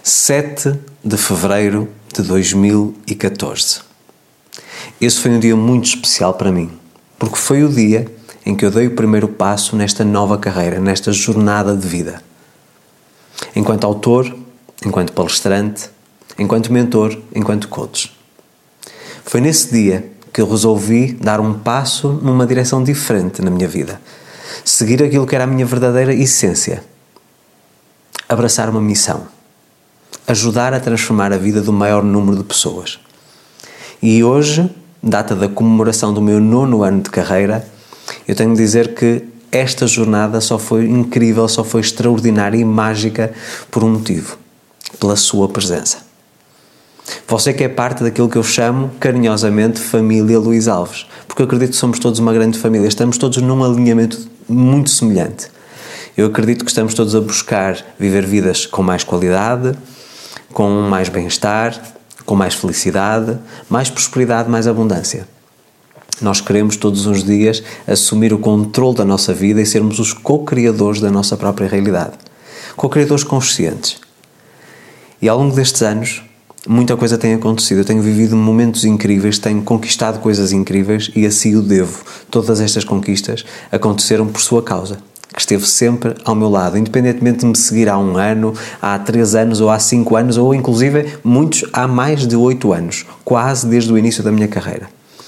7 de fevereiro de 2014. Esse foi um dia muito especial para mim, porque foi o dia em que eu dei o primeiro passo nesta nova carreira, nesta jornada de vida. Enquanto autor, enquanto palestrante, enquanto mentor, enquanto coach. Foi nesse dia que eu resolvi dar um passo numa direção diferente na minha vida. Seguir aquilo que era a minha verdadeira essência. Abraçar uma missão. Ajudar a transformar a vida do maior número de pessoas. E hoje, data da comemoração do meu 9º ano de carreira, eu tenho de dizer que esta jornada só foi incrível, só foi extraordinária e mágica por um motivo. Pela sua presença. Você que é parte daquilo que eu chamo carinhosamente família Luís Alves, porque eu acredito que somos todos uma grande família, estamos todos num alinhamento muito semelhante. Eu acredito que estamos todos a buscar viver vidas com mais qualidade, com mais bem-estar, com mais felicidade, mais prosperidade, mais abundância. Nós queremos todos os dias assumir o controle da nossa vida e sermos os co-criadores da nossa própria realidade. Co-criadores conscientes. E ao longo destes anos, muita coisa tem acontecido. Eu tenho vivido momentos incríveis, tenho conquistado coisas incríveis e assim o devo. Todas estas conquistas aconteceram por sua causa, que esteve sempre ao meu lado, independentemente de me seguir há 1 ano, há 3 anos ou há 5 anos, ou inclusive muitos há mais de 8 anos, quase desde o início da minha carreira.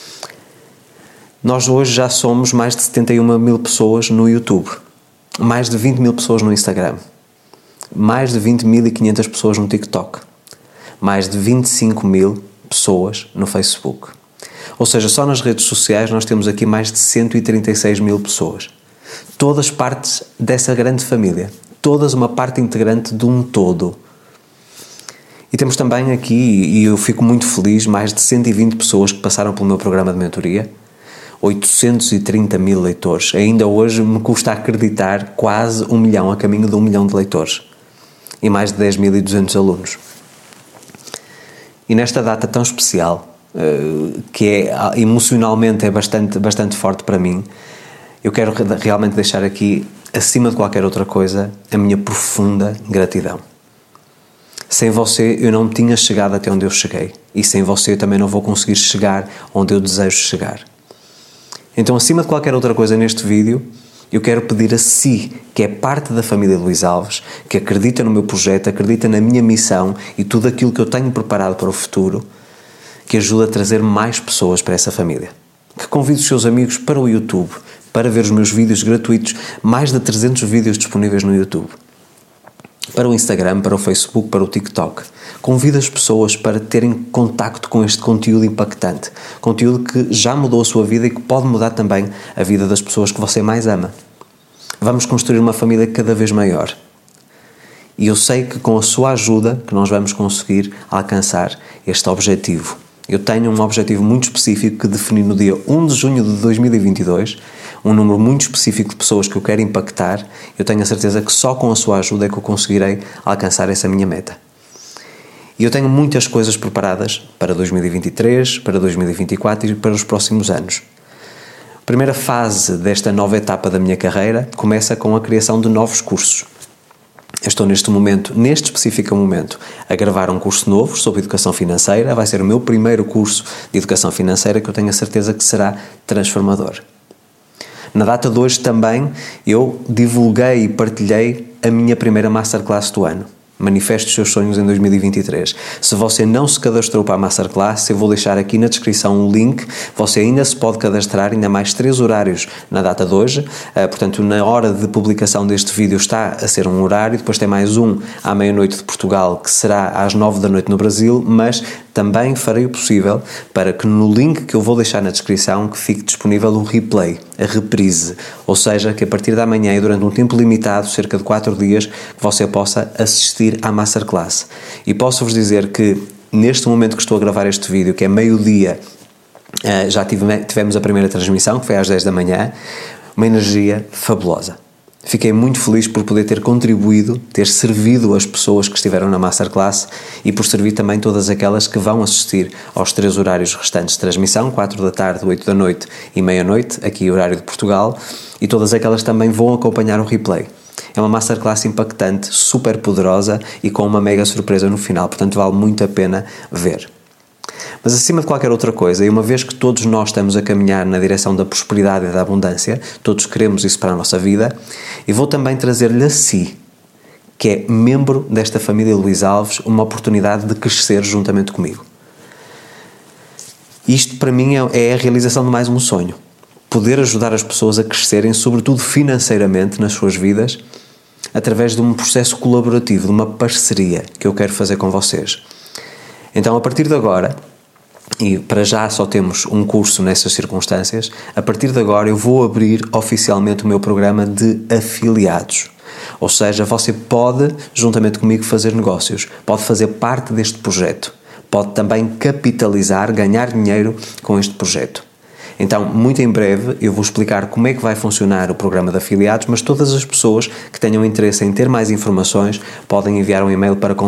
Nós hoje já somos mais de 71.000 pessoas no YouTube, mais de 20.000 pessoas no Instagram, mais de 20.500 pessoas no TikTok, mais de 25.000 pessoas no Facebook. Ou seja, só nas redes sociais nós temos aqui mais de 136.000 pessoas. Todas partes dessa grande família. Todas uma parte integrante de um todo. E temos também aqui, e eu fico muito feliz, mais de 120 pessoas que passaram pelo meu programa de mentoria. 830.000 leitores. Ainda hoje me custa acreditar quase 1 milhão, a caminho de 1 milhão de leitores. E mais de 10.200 alunos. E nesta data tão especial, que emocionalmente é bastante forte para mim, eu quero realmente deixar aqui, acima de qualquer outra coisa, a minha profunda gratidão. Sem você eu não tinha chegado até onde eu cheguei. E sem você eu também não vou conseguir chegar onde eu desejo chegar. Então, acima de qualquer outra coisa neste vídeo, eu quero pedir a si, que é parte da família Luís Alves, que acredita no meu projeto, acredita na minha missão e tudo aquilo que eu tenho preparado para o futuro, que ajude a trazer mais pessoas para essa família. Que convide os seus amigos para o YouTube, para ver os meus vídeos gratuitos, mais de 300 vídeos disponíveis no YouTube. Para o Instagram, para o Facebook, para o TikTok. Convide as pessoas para terem contacto com este conteúdo impactante. Conteúdo que já mudou a sua vida e que pode mudar também a vida das pessoas que você mais ama. Vamos construir uma família cada vez maior. E eu sei que com a sua ajuda que nós vamos conseguir alcançar este objetivo. Eu tenho um objetivo muito específico que defini no dia 1 de junho de 2022, um número muito específico de pessoas que eu quero impactar. Eu tenho a certeza que só com a sua ajuda é que eu conseguirei alcançar essa minha meta. E eu tenho muitas coisas preparadas para 2023, para 2024 e para os próximos anos. A primeira fase desta nova etapa da minha carreira começa com a criação de novos cursos. Eu estou neste específico momento, a gravar um curso novo sobre educação financeira. Vai ser o meu primeiro curso de educação financeira que eu tenho a certeza que será transformador. Na data de hoje também eu divulguei e partilhei a minha primeira Masterclass do ano. Manifeste os seus sonhos em 2023. Se você não se cadastrou para a Masterclass, eu vou deixar aqui na descrição um link. Você ainda se pode cadastrar, ainda mais 3 horários na data de hoje. Portanto, na hora de publicação deste vídeo está a ser um horário, depois tem mais um à meia-noite de Portugal, que será às 9 da noite no Brasil, mas também farei o possível para que no link que eu vou deixar na descrição que fique disponível o replay, a reprise, ou seja, que a partir da manhã e durante um tempo limitado, cerca de 4 dias, que você possa assistir à Masterclass. E posso-vos dizer que neste momento que estou a gravar este vídeo, que é meio-dia, já tivemos a primeira transmissão, que foi às 10 da manhã, uma energia fabulosa. Fiquei muito feliz por poder ter contribuído, ter servido as pessoas que estiveram na Masterclass e por servir também todas aquelas que vão assistir aos 3 horários restantes de transmissão, 4 da tarde, 8 da noite e meia-noite, aqui horário de Portugal, e todas aquelas também vão acompanhar o replay. É uma masterclass impactante, super poderosa e com uma mega surpresa no final, portanto vale muito a pena ver. Mas acima de qualquer outra coisa, e uma vez que todos nós estamos a caminhar na direção da prosperidade e da abundância, todos queremos isso para a nossa vida, e vou também trazer-lhe a si, que é membro desta família Luís Alves, uma oportunidade de crescer juntamente comigo. Isto para mim é a realização de mais um sonho. Poder ajudar as pessoas a crescerem, sobretudo financeiramente, nas suas vidas, através de um processo colaborativo, de uma parceria que eu quero fazer com vocês. Então, a partir de agora, e para já só temos um curso nessas circunstâncias, a partir de agora eu vou abrir oficialmente o meu programa de afiliados. Ou seja, você pode, juntamente comigo, fazer negócios, pode fazer parte deste projeto, pode também capitalizar, ganhar dinheiro com este projeto. Então, muito em breve, eu vou explicar como é que vai funcionar o programa de afiliados, mas todas as pessoas que tenham interesse em ter mais informações podem enviar um e-mail para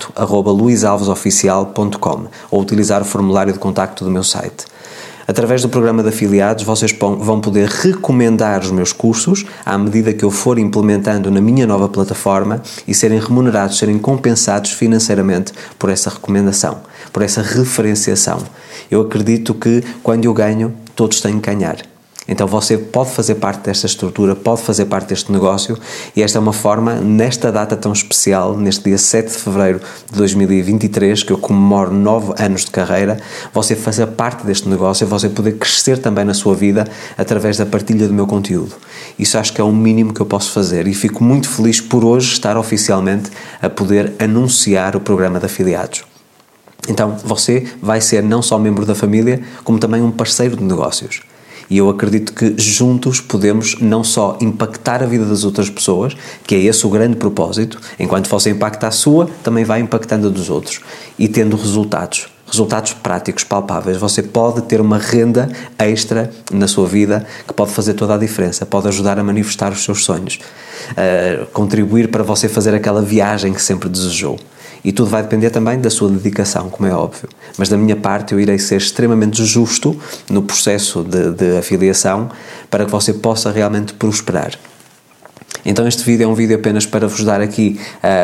contacto@luisalvesoficial.com ou utilizar o formulário de contacto do meu site. Através do programa de afiliados, vocês vão poder recomendar os meus cursos à medida que eu for implementando na minha nova plataforma e serem remunerados, serem compensados financeiramente por essa recomendação, por essa referenciação. Eu acredito que quando eu ganho, todos têm que ganhar. Então você pode fazer parte desta estrutura, pode fazer parte deste negócio e esta é uma forma, nesta data tão especial, neste dia 7 de fevereiro de 2023, que eu comemoro 9 anos de carreira, você fazer parte deste negócio e você poder crescer também na sua vida através da partilha do meu conteúdo. Isso acho que é o mínimo que eu posso fazer e fico muito feliz por hoje estar oficialmente a poder anunciar o programa de afiliados. Então você vai ser não só membro da família, como também um parceiro de negócios. E eu acredito que juntos podemos não só impactar a vida das outras pessoas, que é esse o grande propósito, enquanto você impacta a sua, também vai impactando a dos outros. E tendo resultados práticos, palpáveis. Você pode ter uma renda extra na sua vida que pode fazer toda a diferença, pode ajudar a manifestar os seus sonhos, contribuir para você fazer aquela viagem que sempre desejou. E tudo vai depender também da sua dedicação, como é óbvio. Mas da minha parte eu irei ser extremamente justo no processo de afiliação para que você possa realmente prosperar. Então este vídeo é um vídeo apenas para vos dar aqui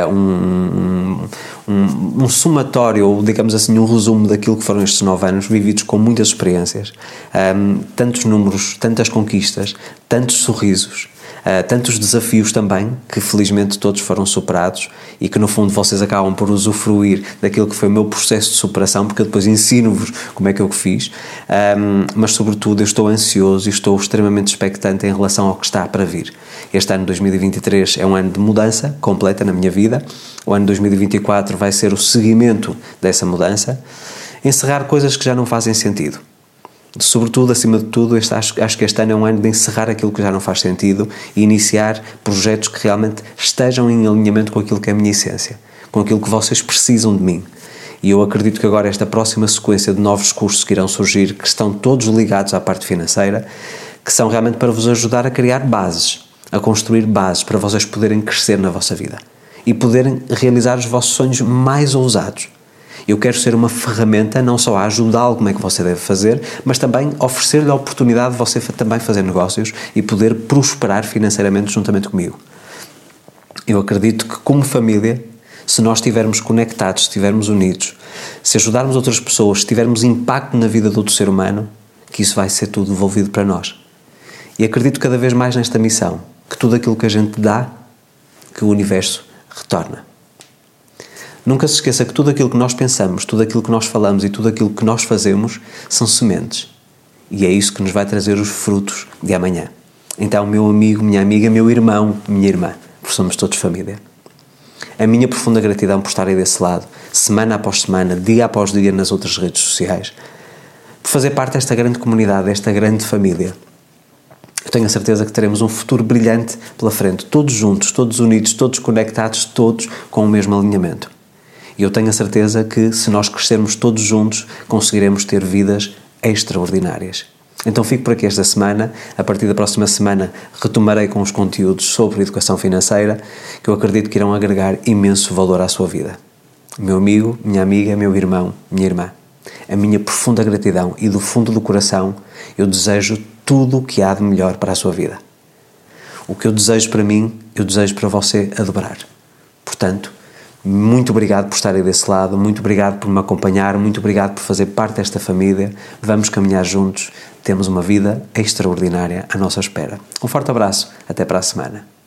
um somatório, ou digamos assim, um resumo daquilo que foram estes 9 anos, vividos com muitas experiências, tantos números, tantas conquistas, tantos sorrisos, tantos desafios também, que felizmente todos foram superados e que no fundo vocês acabam por usufruir daquilo que foi o meu processo de superação, porque eu depois ensino-vos como é que eu fiz, mas sobretudo eu estou ansioso e estou extremamente expectante em relação ao que está para vir. Este ano 2023 é um ano de mudança completa na minha vida, o ano 2024 vai ser o seguimento dessa mudança, encerrar coisas que já não fazem sentido. Sobretudo, acima de tudo, acho que este ano é um ano de encerrar aquilo que já não faz sentido e iniciar projetos que realmente estejam em alinhamento com aquilo que é a minha essência, com aquilo que vocês precisam de mim. E eu acredito que agora esta próxima sequência de novos cursos que irão surgir, que estão todos ligados à parte financeira, que são realmente para vos ajudar a criar bases, a construir bases para vocês poderem crescer na vossa vida e poderem realizar os vossos sonhos mais ousados. Eu quero ser uma ferramenta não só a ajudá-lo como é que você deve fazer, mas também oferecer-lhe a oportunidade de você também fazer negócios e poder prosperar financeiramente juntamente comigo. Eu acredito que como família, se nós estivermos conectados, se estivermos unidos, se ajudarmos outras pessoas, se tivermos impacto na vida do outro ser humano, que isso vai ser tudo devolvido para nós. E acredito cada vez mais nesta missão, que tudo aquilo que a gente dá, que o universo retorna. Nunca se esqueça que tudo aquilo que nós pensamos, tudo aquilo que nós falamos e tudo aquilo que nós fazemos são sementes. E é isso que nos vai trazer os frutos de amanhã. Então, meu amigo, minha amiga, meu irmão, minha irmã, porque somos todos família. A minha profunda gratidão por estarem desse lado, semana após semana, dia após dia nas outras redes sociais, por fazer parte desta grande comunidade, desta grande família. Eu tenho a certeza que teremos um futuro brilhante pela frente, todos juntos, todos unidos, todos conectados, todos com o mesmo alinhamento. E eu tenho a certeza que, se nós crescermos todos juntos, conseguiremos ter vidas extraordinárias. Então fico por aqui esta semana. A partir da próxima semana retomarei com os conteúdos sobre educação financeira, que eu acredito que irão agregar imenso valor à sua vida. Meu amigo, minha amiga, meu irmão, minha irmã, a minha profunda gratidão e do fundo do coração eu desejo tudo o que há de melhor para a sua vida. O que eu desejo para mim, eu desejo para você a dobrar. Portanto, muito obrigado por estar aí desse lado, muito obrigado por me acompanhar, muito obrigado por fazer parte desta família. Vamos caminhar juntos, temos uma vida extraordinária à nossa espera. Um forte abraço, até para a semana.